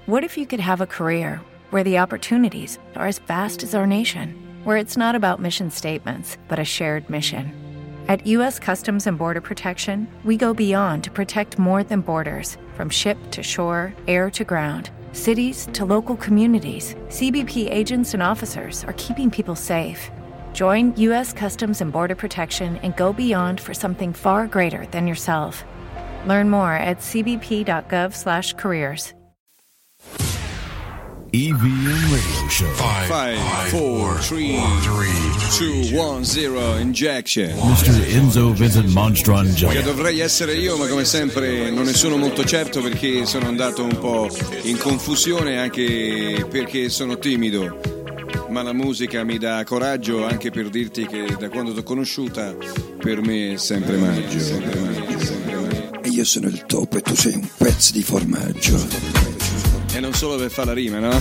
What if you could have a career where the opportunities are as vast as our nation, where it's not about mission statements, but a shared mission? At U.S. Customs and Border Protection, we go beyond to protect more than borders. From ship to shore, air to ground, cities to local communities, CBP agents and officers are keeping people safe. Join U.S. Customs and Border Protection and go beyond for something far greater than yourself. Learn more at cbp.gov/careers. EVM Radio Show. 5, 4, 3, 2, 1, 0, injection. Mr. Enzo Vincent Monstron Che Jr. dovrei essere io, ma come sempre non ne sono molto certo perché sono andato un po' in confusione, anche perché sono timido. Ma la musica mi dà coraggio, anche per dirti che da quando t'ho conosciuta per me è sempre maggio. E io sono il topo e tu sei un pezzo di formaggio. E non solo per fare la rima, no?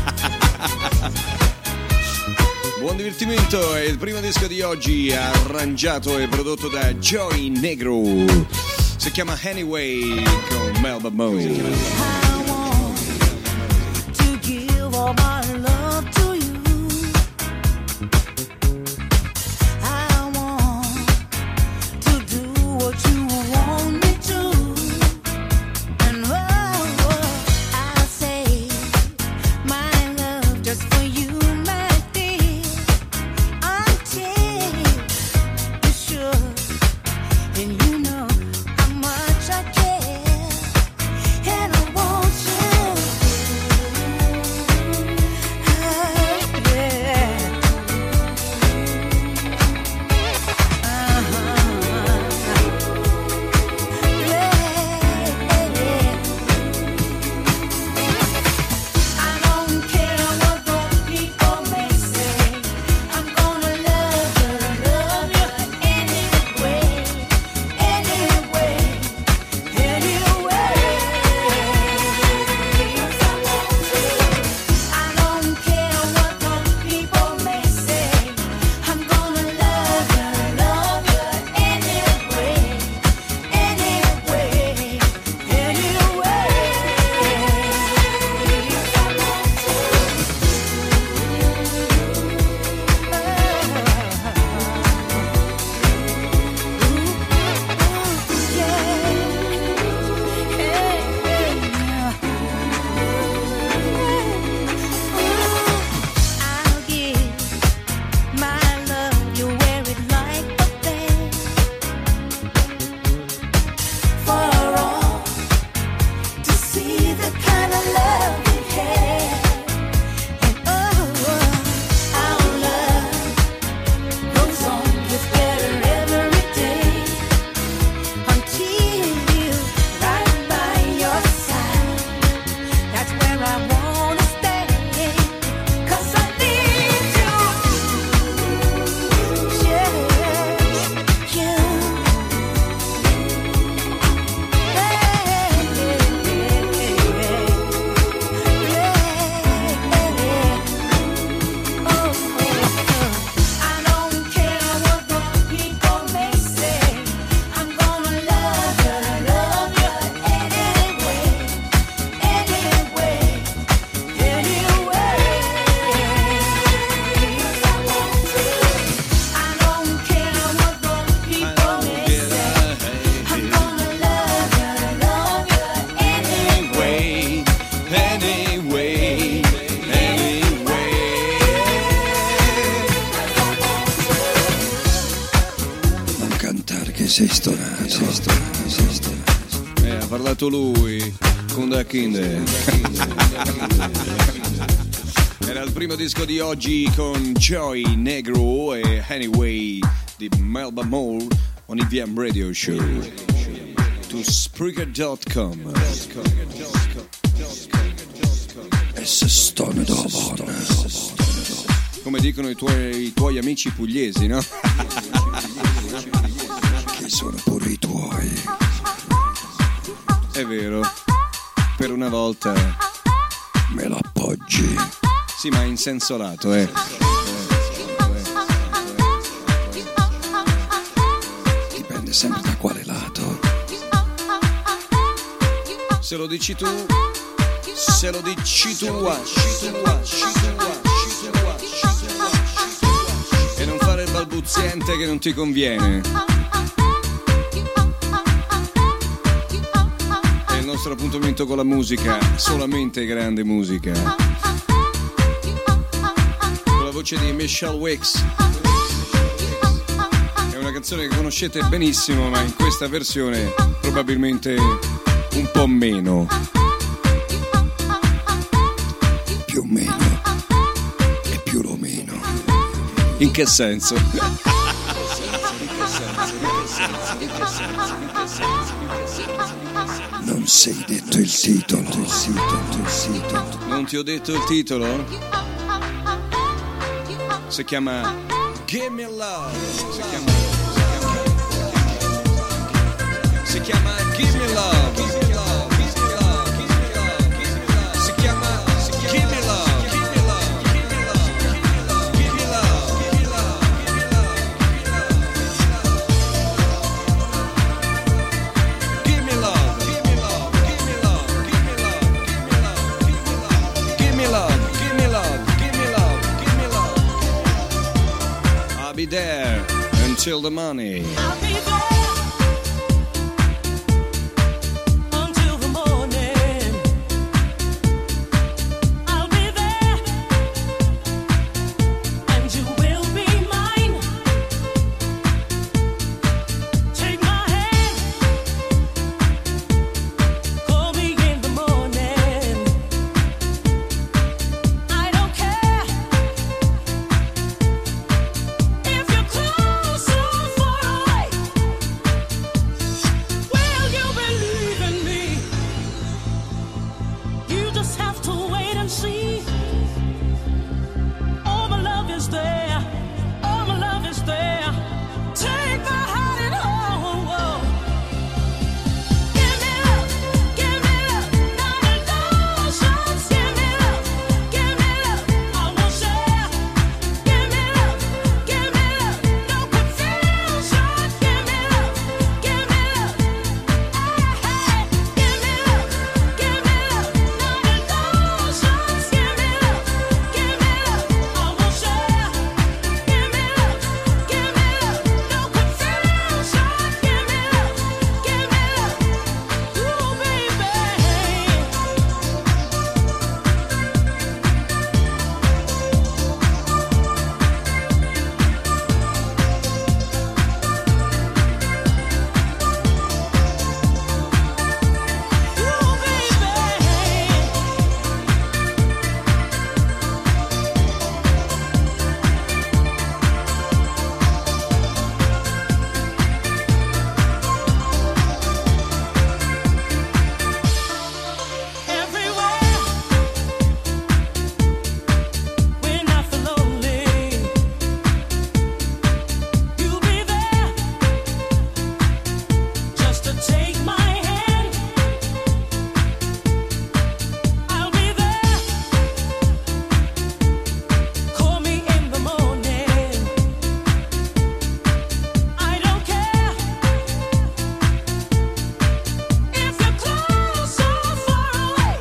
Buon divertimento, è il primo disco di oggi, arrangiato e prodotto da Joey Negro. Si chiama Anyway con Melba Moe. Sei stonato. Ha parlato lui con Da Kinder. Era il primo disco di oggi con Joey Negro e Anyway di Melba Moore on EVM Radio Show. To Spreaker.com. E se stone dopo. Come dicono i tuoi amici pugliesi, no? Che sono pure i tuoi. È vero, per una volta me lo appoggi. Sì, ma in senso lato, Dipende sempre da quale lato. Se lo dici tu, Se lo dici tu, e non fare il balbuziente che non ti conviene. È il nostro appuntamento con la musica, solamente grande musica. Con la voce di Michelle Wicks. È una canzone che conoscete benissimo, ma in questa versione probabilmente un po' meno. Più o meno e più o meno. In che senso? Non sei detto il titolo. Non ti ho detto il titolo? Si chiama Give Me Love. Si chiama Give Me Love. Si chiama Give Me Love. Be there until the money. I'll be there until the morning. I'll be there and you will be mine. Take my hand, call me in the morning. I don't care. Close or far away, will you believe in me? You just have to wait and see. All my love is there, all my love is there. Take my heart and hold. Give me love, not illusions. Give me love, I will share. Give me love, no confusion. Give me love, hey, hey. Give me love, not illusions. Give me love, I will share. Give me love, no confusion. Give me love, ooh baby. Everywhere, when I feel lonely, you'll be there, just to take my hand. I'll be there, call me in the morning. I don't care if you're close or far away.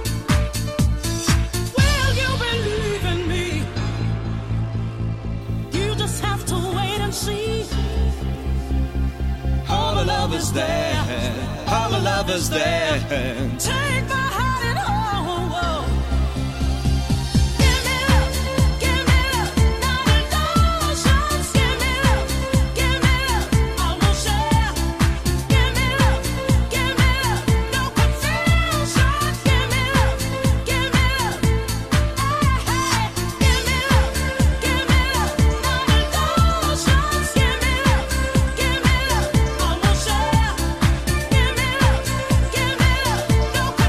Will you believe in me? You just have to wait and see. All my love is there. All my love is there. Take my heart and hold. Give me love, not illusions. Give me love, I will share. Give me love, no confusion. Give me love, hey, hey. Give me love, not illusions. Give me love, I will share. Give me love, no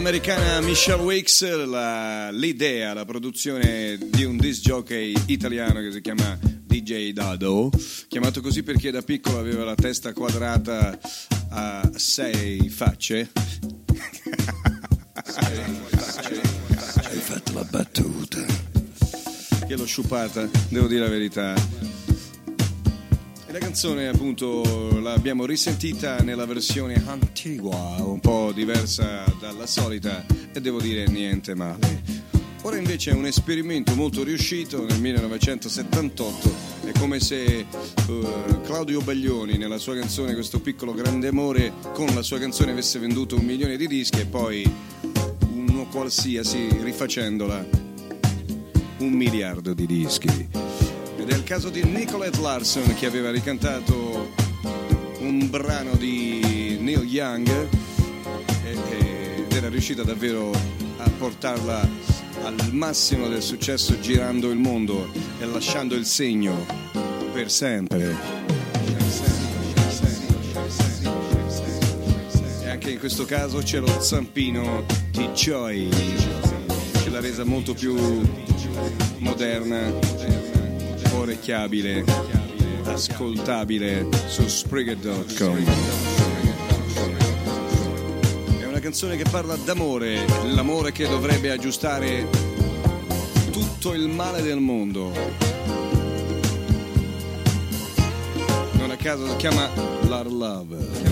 dell'americana Michelle Wicks l'idea, la produzione di un disc jockey italiano che si chiama DJ Dado, chiamato così perché da piccolo aveva la testa quadrata a 6 facce. Hai fatto la battuta. Che l'ho sciupata, devo dire la verità. E la canzone appunto l'abbiamo risentita nella versione antigua, un po' diversa dalla solita, e devo dire niente male. Ora invece è un esperimento molto riuscito nel 1978, è come se Claudio Baglioni nella sua canzone Questo piccolo grande amore con la sua canzone avesse venduto 1 milione di dischi e poi uno qualsiasi rifacendola 1 miliardo di dischi. Ed è il caso di Nicolette Larson che aveva ricantato un brano di Neil Young ed era riuscita davvero a portarla al massimo del successo girando il mondo e lasciando il segno per sempre. E anche in questo caso c'è lo zampino di Joy che l'ha resa molto più moderna, orecchiabile, ascoltabile su Spreaker.com. È una canzone che parla d'amore, l'amore che dovrebbe aggiustare tutto il male del mondo. Non a caso si chiama Lot of Love.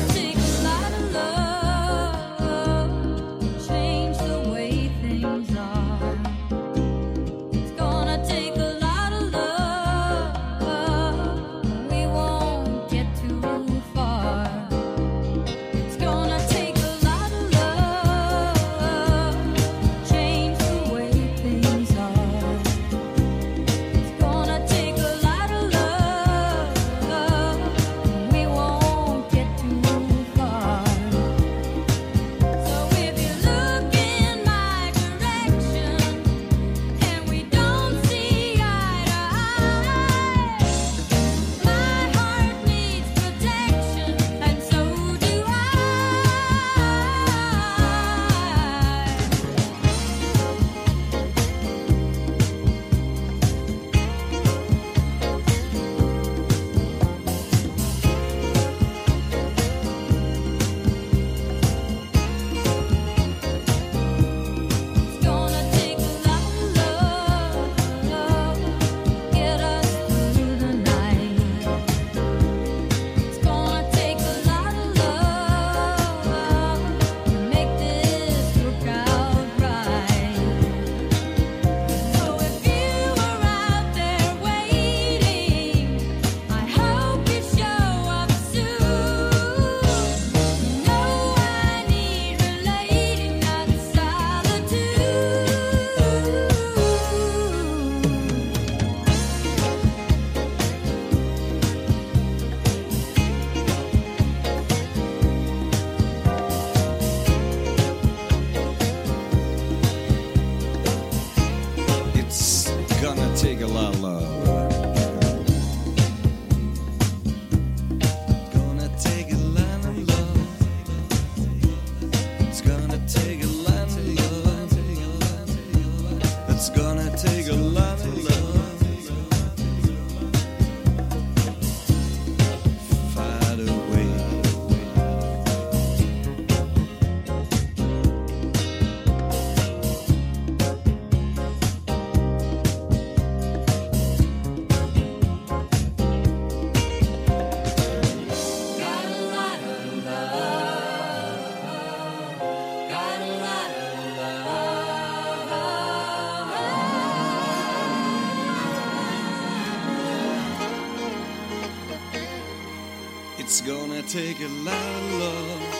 It's gonna take a lot of love.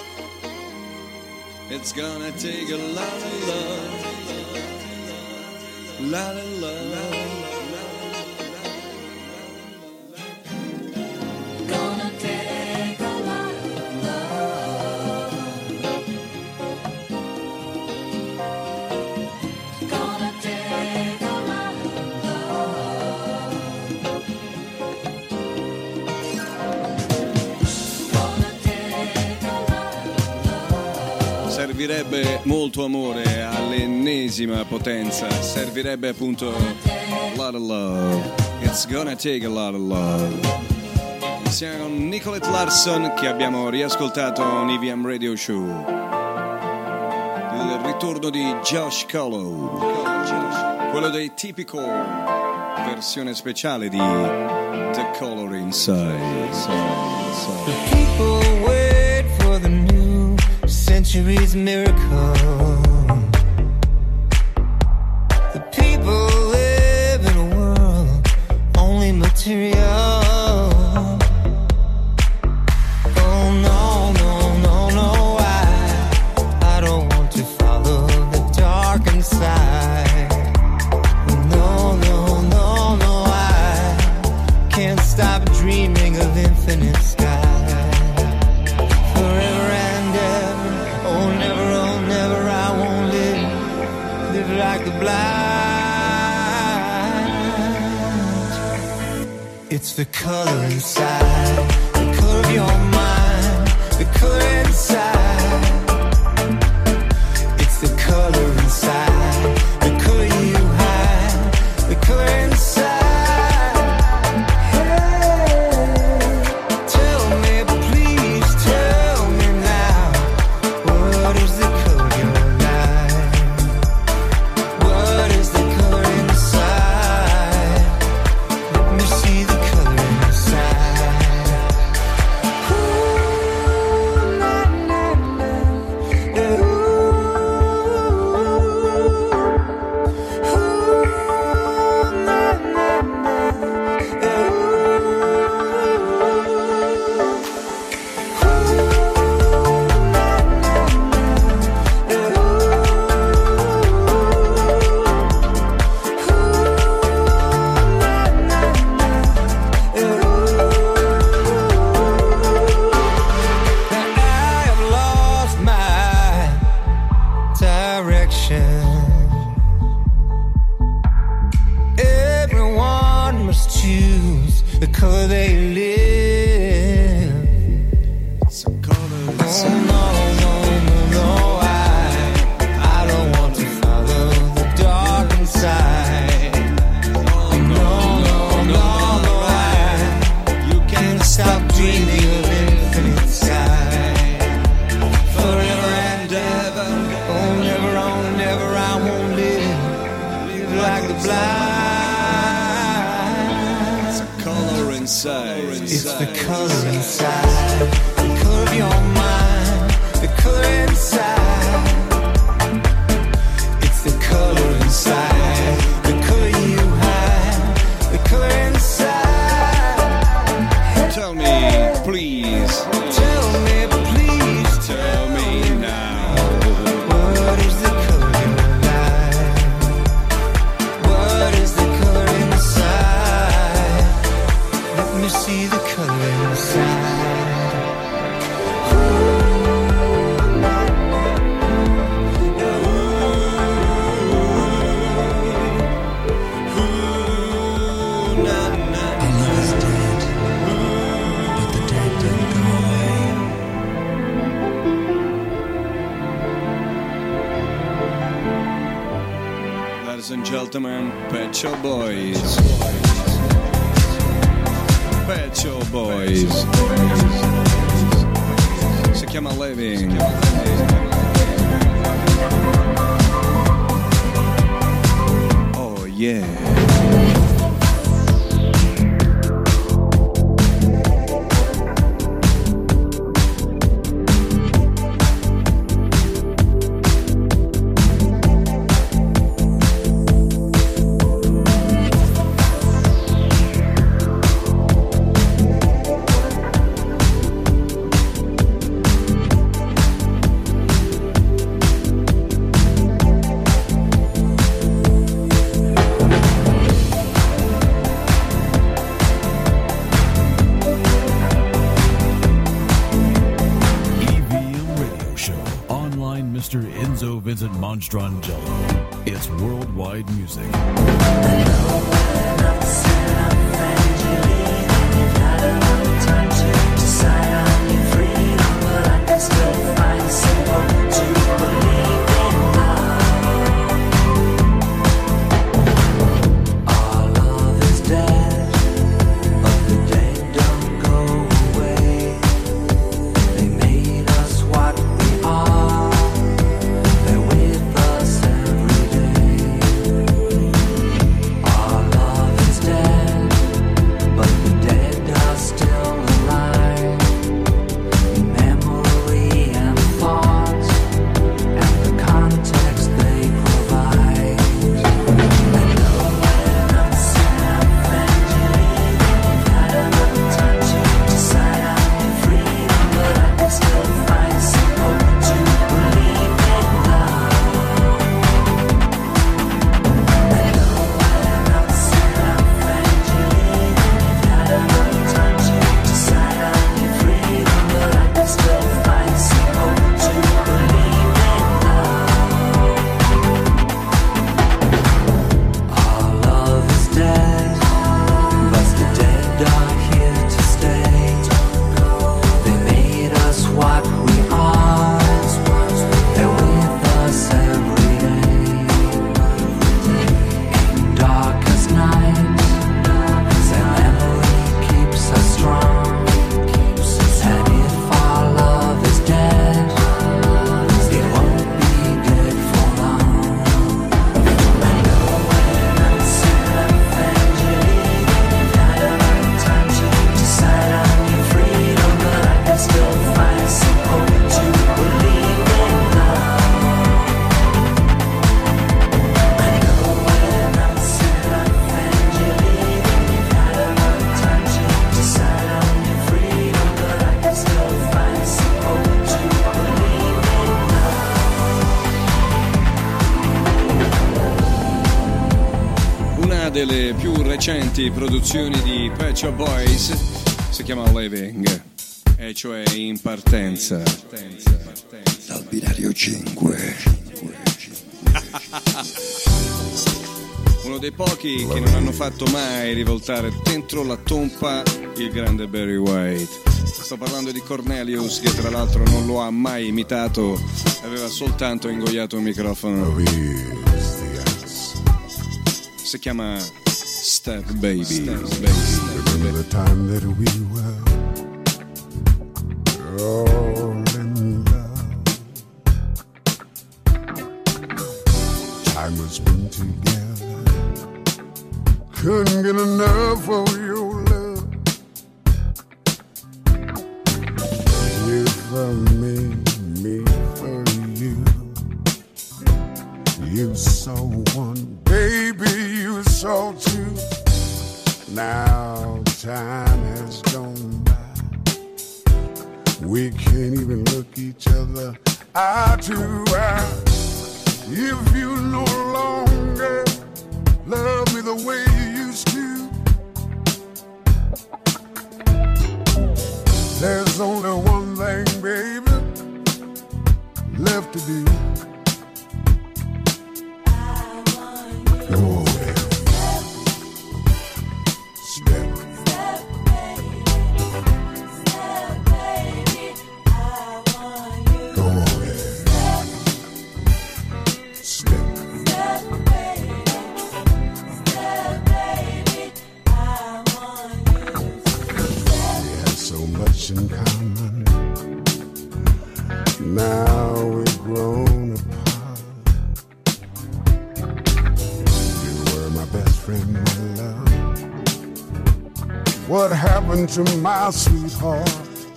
It's gonna take a lot of love. Lot of love. Gonna take a lot of love. Gonna take a lot of love. Servirebbe molto amore all'ennesima potenza, servirebbe appunto a lot of love. It's gonna take a lot of love. Siamo con Nicolette Larson che abbiamo riascoltato in EVM Radio Show. Il ritorno di Josh Colo, quello dei Typical, versione speciale di The Color Inside. The people wait for the new century's miracle. The people live in a world only material. Oh no, no, no, no, I don't want to follow the dark inside. No, no, no, no, I can't stop dreaming of infinite sky. Forever and ever, oh never, I won't live like the blind. It's the color inside, the color of your mind, the color inside. It's the color inside, the color you hide, the color inside. Pet Shop Boys. Pet Shop Boys. Si chiama Living. Oh yeah. Mr. Enzo Vincent Monstrangello. It's worldwide music. Decide on your freedom, but I can still find simple to believe. una delle più recenti produzioni di Pet Shop Boys, si chiama Living, e cioè in partenza. Dal binario 5. Uno dei pochi che non hanno fatto mai rivoltare dentro la tompa il grande Barry White. Sto parlando di Cornelius, che tra l'altro non lo ha mai imitato, aveva soltanto ingoiato un microfono. Si chiama Step Baby. Remember the time that we were all in love. Time we spent together. Couldn't get enough of your love. You for me for you. You saw one, baby, you saw two. Now time has gone by. We can't even look each other eye to eye. If you no longer love me the way you used to, there's only one thing, baby, left to do. Go on there. Step. Go on there. Step. We had so much in common. Now we've grown apart. You were my best friend, my love. What happened to my sweetheart?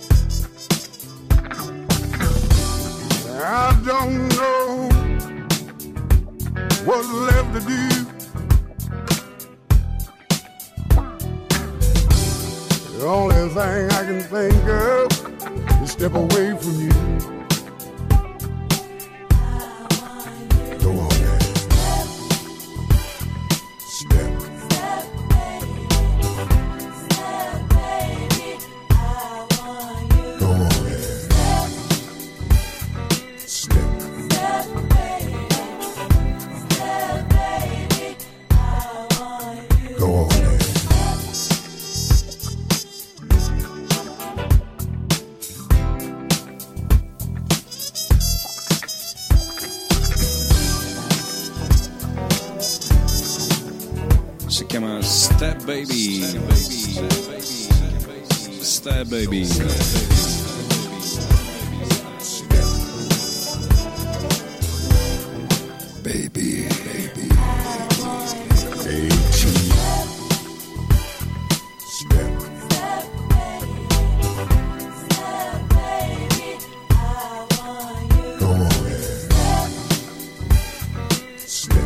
I don't know what's left to do. The only thing I can think of is step away from you. Go on, man. Step. Go on, man. Step. Go on, man. Si chiama Step Baby. Step Baby. Baby. Step. Go on, man. Step.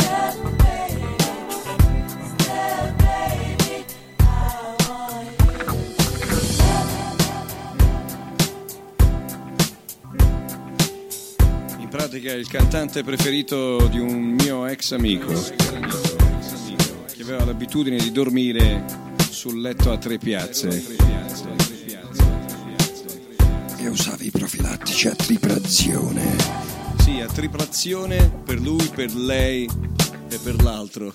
In pratica è il cantante preferito di un mio ex amico che aveva l'abitudine di dormire sul letto a tre piazze. E usavi i profilattici a triplazione. Sì, a triplazione per lui, per lei e per l'altro.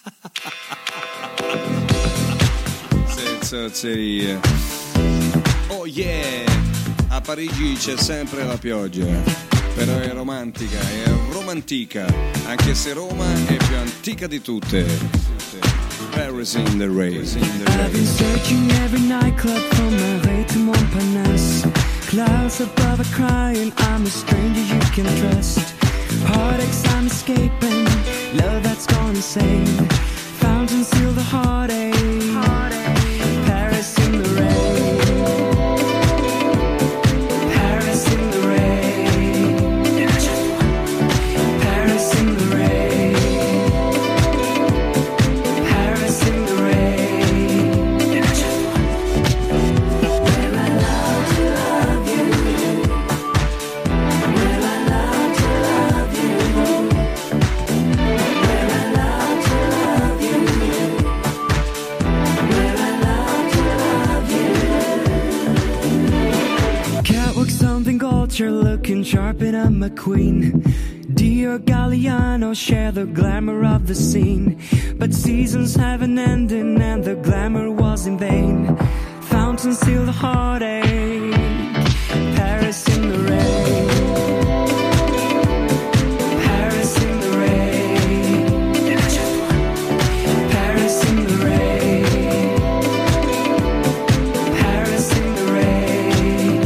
Senza ozzerie. Oh yeah! A Parigi c'è sempre la pioggia, però è romantica, è romantica, anche se Roma è più antica di tutte. Paris in the rain. I've been searching every nightclub from LA to Montparnasse. Clouds above are crying, I'm a stranger you can trust. Heartaches I'm escaping, love that's gone insane. Fountains seal the heartache. Paris in the rain. Paris in the rain. Paris in the rain. Paris in the rain. Will I love to love you? Will I love to love you? Will I love to love you? can sharpen up my queen. Dio Galliano share the glamour of the scene, but seasons have an ending and the glamour was in vain. Fountains still the heartache, Paris in the rain. Paris in the rain. Paris in the rain. Paris in the rain.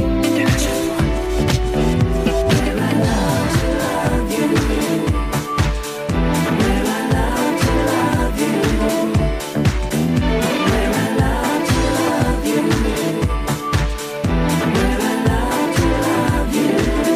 Where I love to love you. Where I love to love you. Where I love to love you. Where I love to love you.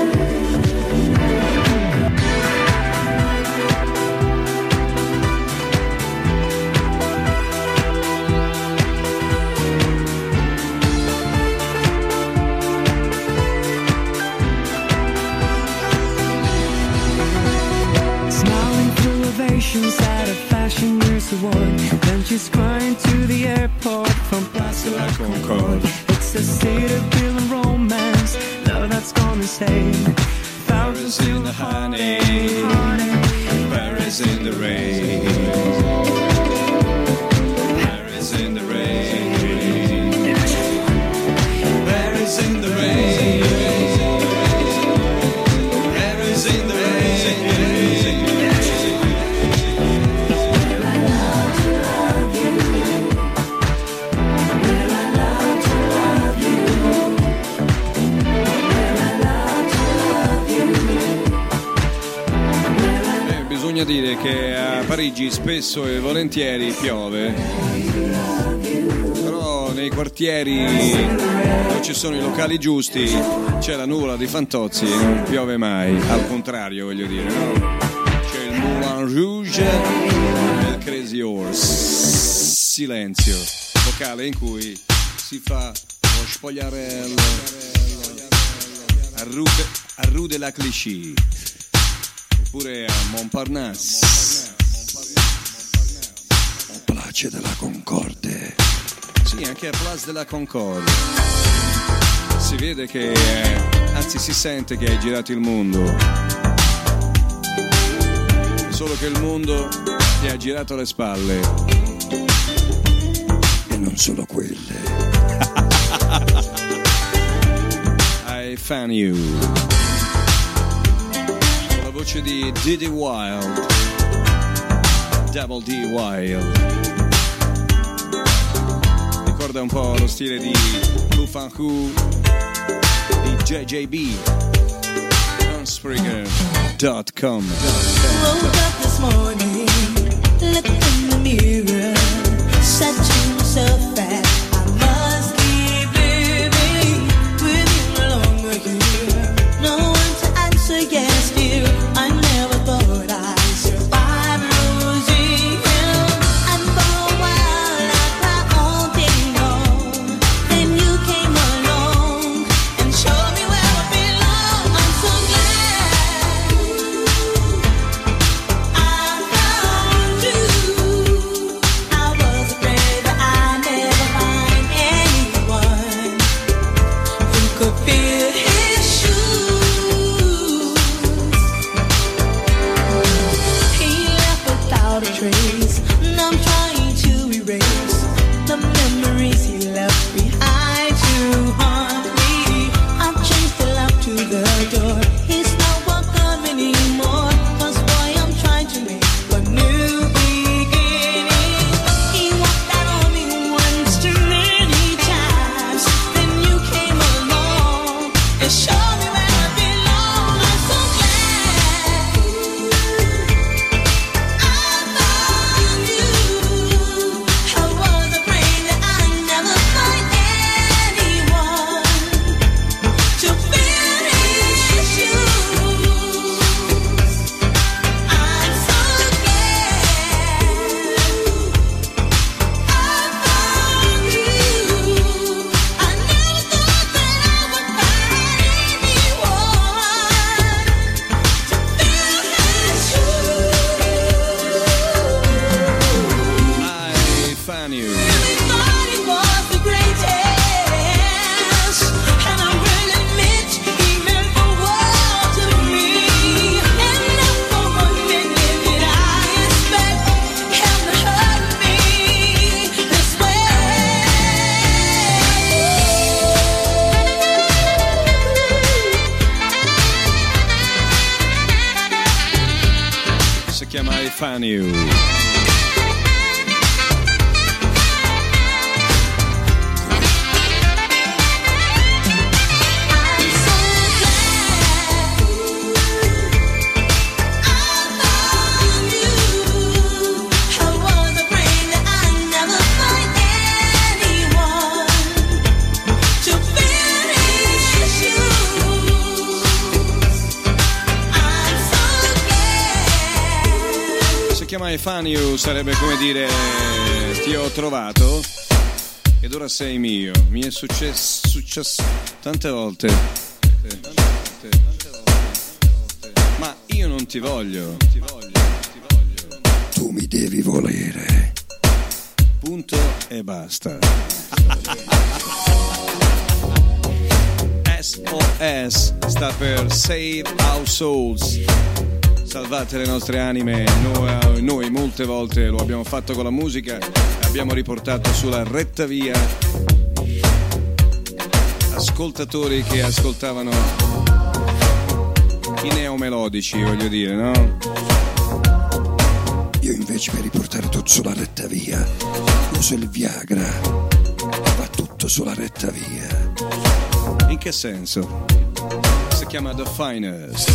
Smiling through ovations at a Fashion Years Award. Then she's crying to the airport from Place de la Concorde. It's a state of real and romance, love that's gone insane. Thousands Paris in still the honey, heartache. Paris in the rain, Paris in the rain, Paris in the rain, Paris in the rain. Where I love to love you. Where I love to love you. Where I love to love you. Where I Bisogna dire che a Parigi spesso e volentieri piove, però nei quartieri dove ci sono i locali giusti c'è la nuvola di Fantozzi e non piove mai, al contrario voglio dire, no? C'è il Moulin Rouge e il Crazy Horse, silenzio, locale in cui si fa lo spogliarello a Rue de la Clichy oppure a Montparnasse, Place de la Concorde. sì, anche a Place de la Concorde. Si vede che, anzi si sente che hai girato il mondo, solo che il mondo ti ha girato le spalle. E non solo quelle. I Fan You, con la voce di Diddy Wild, Double D Wild. Ricorda un po' lo stile di Who Fan Who di JJB. Unspreaker.com. Woke up this morning, looked in the mirror, said to myself that I must keep living with you no longer here. No one to answer yes, dear. I never thought I'd survive losing him. And for a while I thought all day long. Then you came along and showed me where I belong. I'm so glad I found you. I was afraid that I never find anyone who could fill his shoes. He left without a trace, and I'm trying to erase the memories he left behind to haunt me. I've changed the lock to the door. He's not welcome anymore. 'Cause boy, I'm trying to make a new beginning. He walked out on me once too many times. Then you came along and showed me where I belong. I'm so glad I found you. I was afraid that I'd never find anyone to fill his shoes. I'm so glad I found you. I never thought that I would find anyone to fill his shoes. I Fan You. Really thought he was the greatest, and I will admit he meant the world Find You. I Find You sarebbe come dire ti ho trovato ed ora sei mio. Mi è successo tante volte. Ma io non ti voglio. Tu mi devi volere. Punto e basta. SOS sta per Save Our Souls. Salvate le nostre anime. Noi molte volte lo abbiamo fatto con la musica, abbiamo riportato sulla retta via ascoltatori che ascoltavano i neomelodici, voglio dire, no? Io invece per riportare tutto sulla retta via uso il Viagra e va tutto sulla retta via. In che senso? Si chiama The Finest.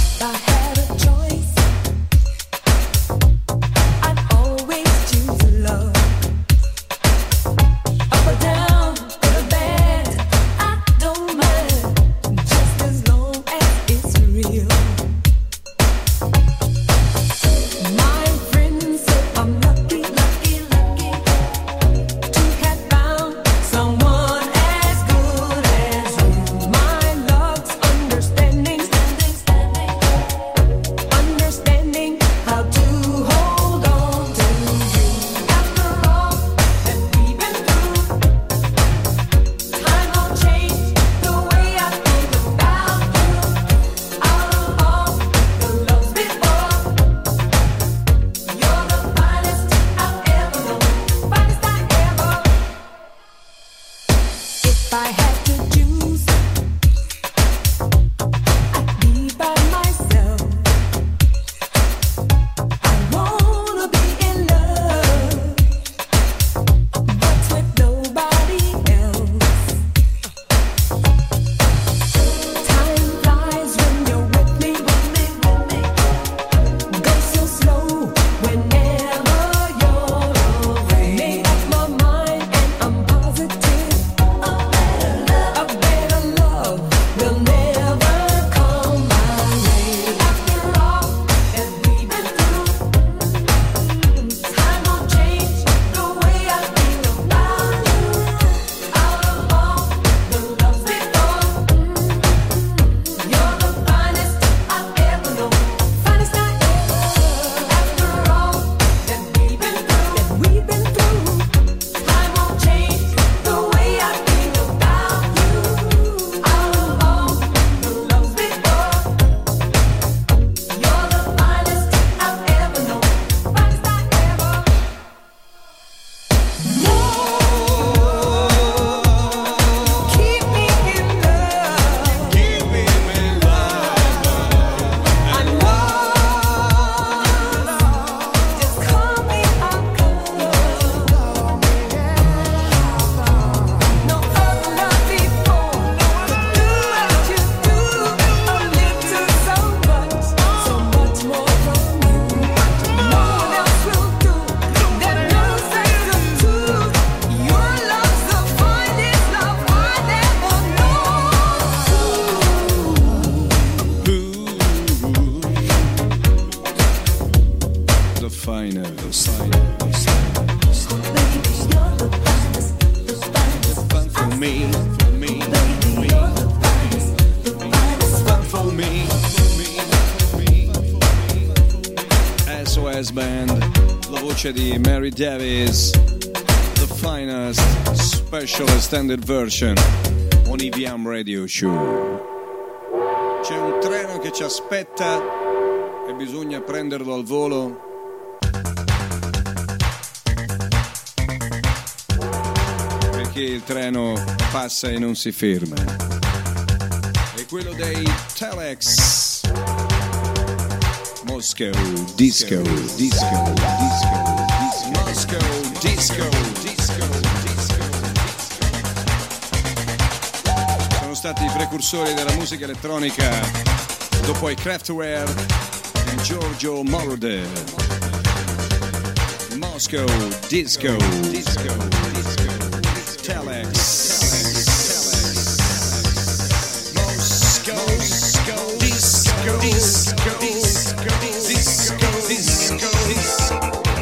SOS Band, la voce di Mary Davis, The Finest Special Extended Version on EVM Radio Show. C'è un treno che ci aspetta e bisogna prenderlo al volo. Perché il treno passa e non si ferma. È quello dei Telex. Moscow Disco, Disco, Disco, Disco, Moscow Disco, Disco, Disco. Sono stati i precursori della musica elettronica dopo i Kraftwerk e Giorgio Moroder. Moscow Disco, Disco, Disco, Telex. Moscow Disco, Disco, Disco, Disco, Disco, Disco.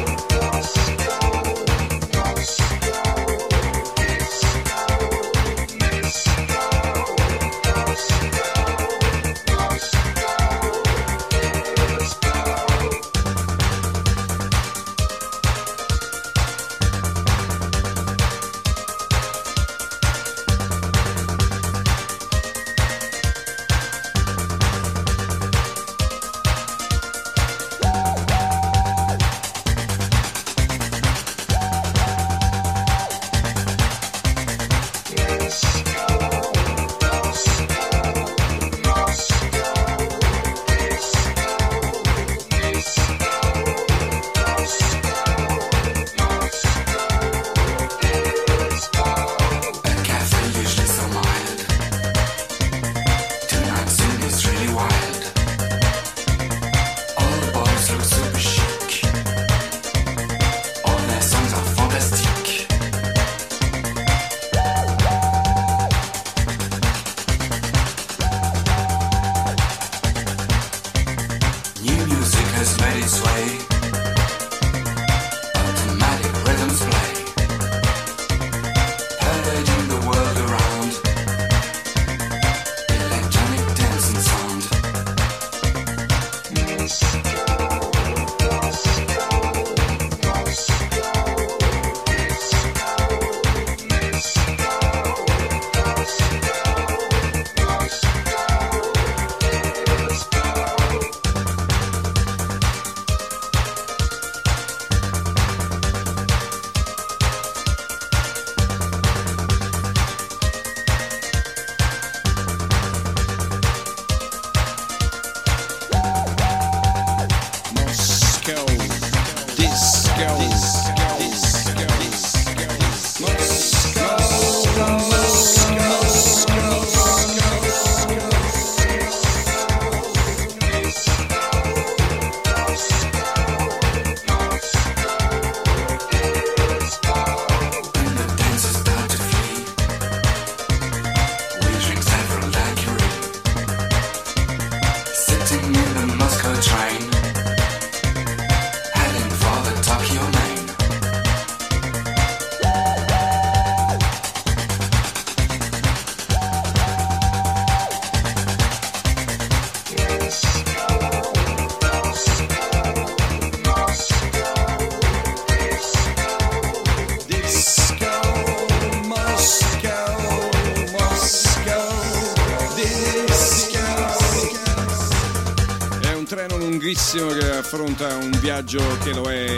Che affronta un viaggio che lo è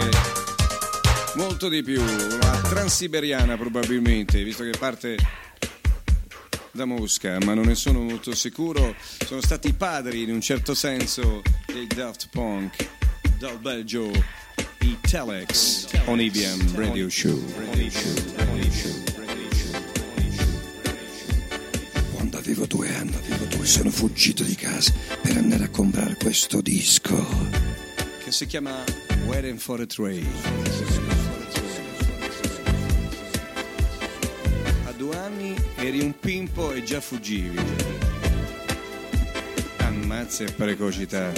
molto di più, la transiberiana probabilmente, visto che parte da Mosca, ma non ne sono molto sicuro. Sono stati i padri in un certo senso dei Daft Punk, dal Belgio, i Telex on IBM Radio Show. Quando avevo 2 anni, sono fuggito di casa per andare a comprare questo disco che si chiama Waiting for a Train. A 2 anni eri un pimpo e già fuggivi. Ammazza e precocità.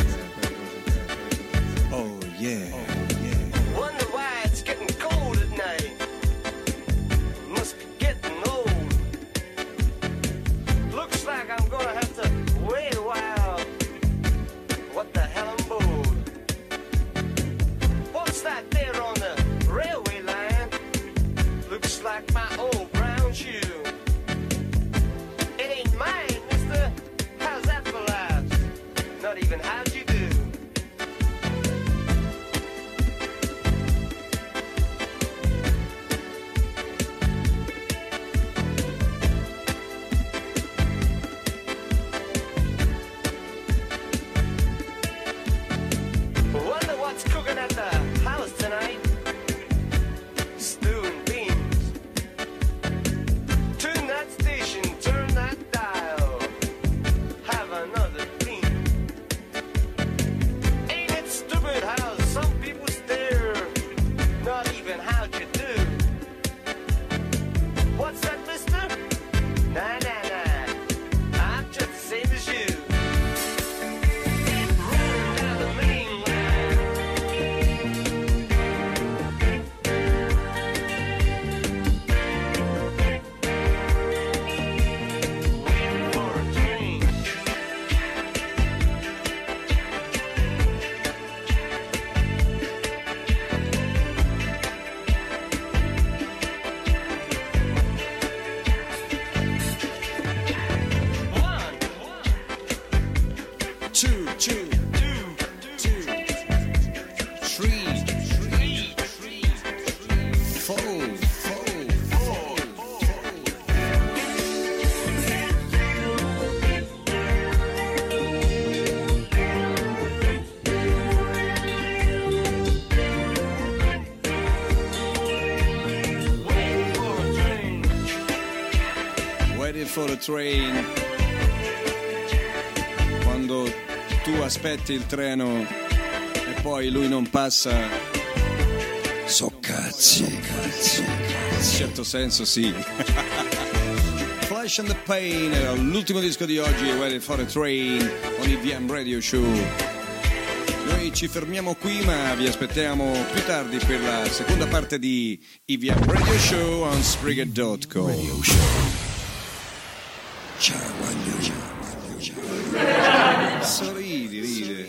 Oh yeah. Wonder why it's getting cold at night. Must be getting old. Looks like I'm gonna have to wait a while. What the hell I'm bored. What's that there on the railway line? Looks like my old brown shoe. It ain't mine, mister. How's that for life? Not even how'd you do? for a Train. Quando tu aspetti il treno e poi lui non passa. So cazzi. In certo senso sì. Flash and the Pain era l'ultimo disco di oggi, Waiting for a Train on IVM Radio Show. Noi ci fermiamo qui, ma vi aspettiamo più tardi per la seconda parte di IVM Radio Show on Spreaker.com. Radio Show. Ciao, ciao. Sorridi, ride.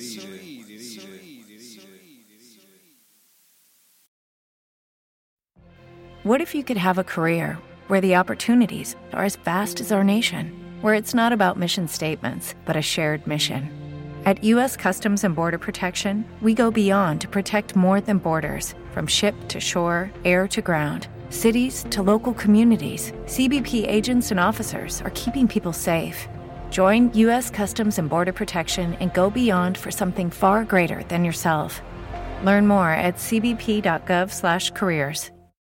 What if you could have a career where the opportunities are as vast as our nation, where it's not about mission statements, but a shared mission? At U.S. Customs and Border Protection, we go beyond to protect more than borders. From ship to shore, air to ground, cities to local communities, CBP agents and officers are keeping people safe. Join U.S. Customs and Border Protection and go beyond for something far greater than yourself. Learn more at cbp.gov/careers.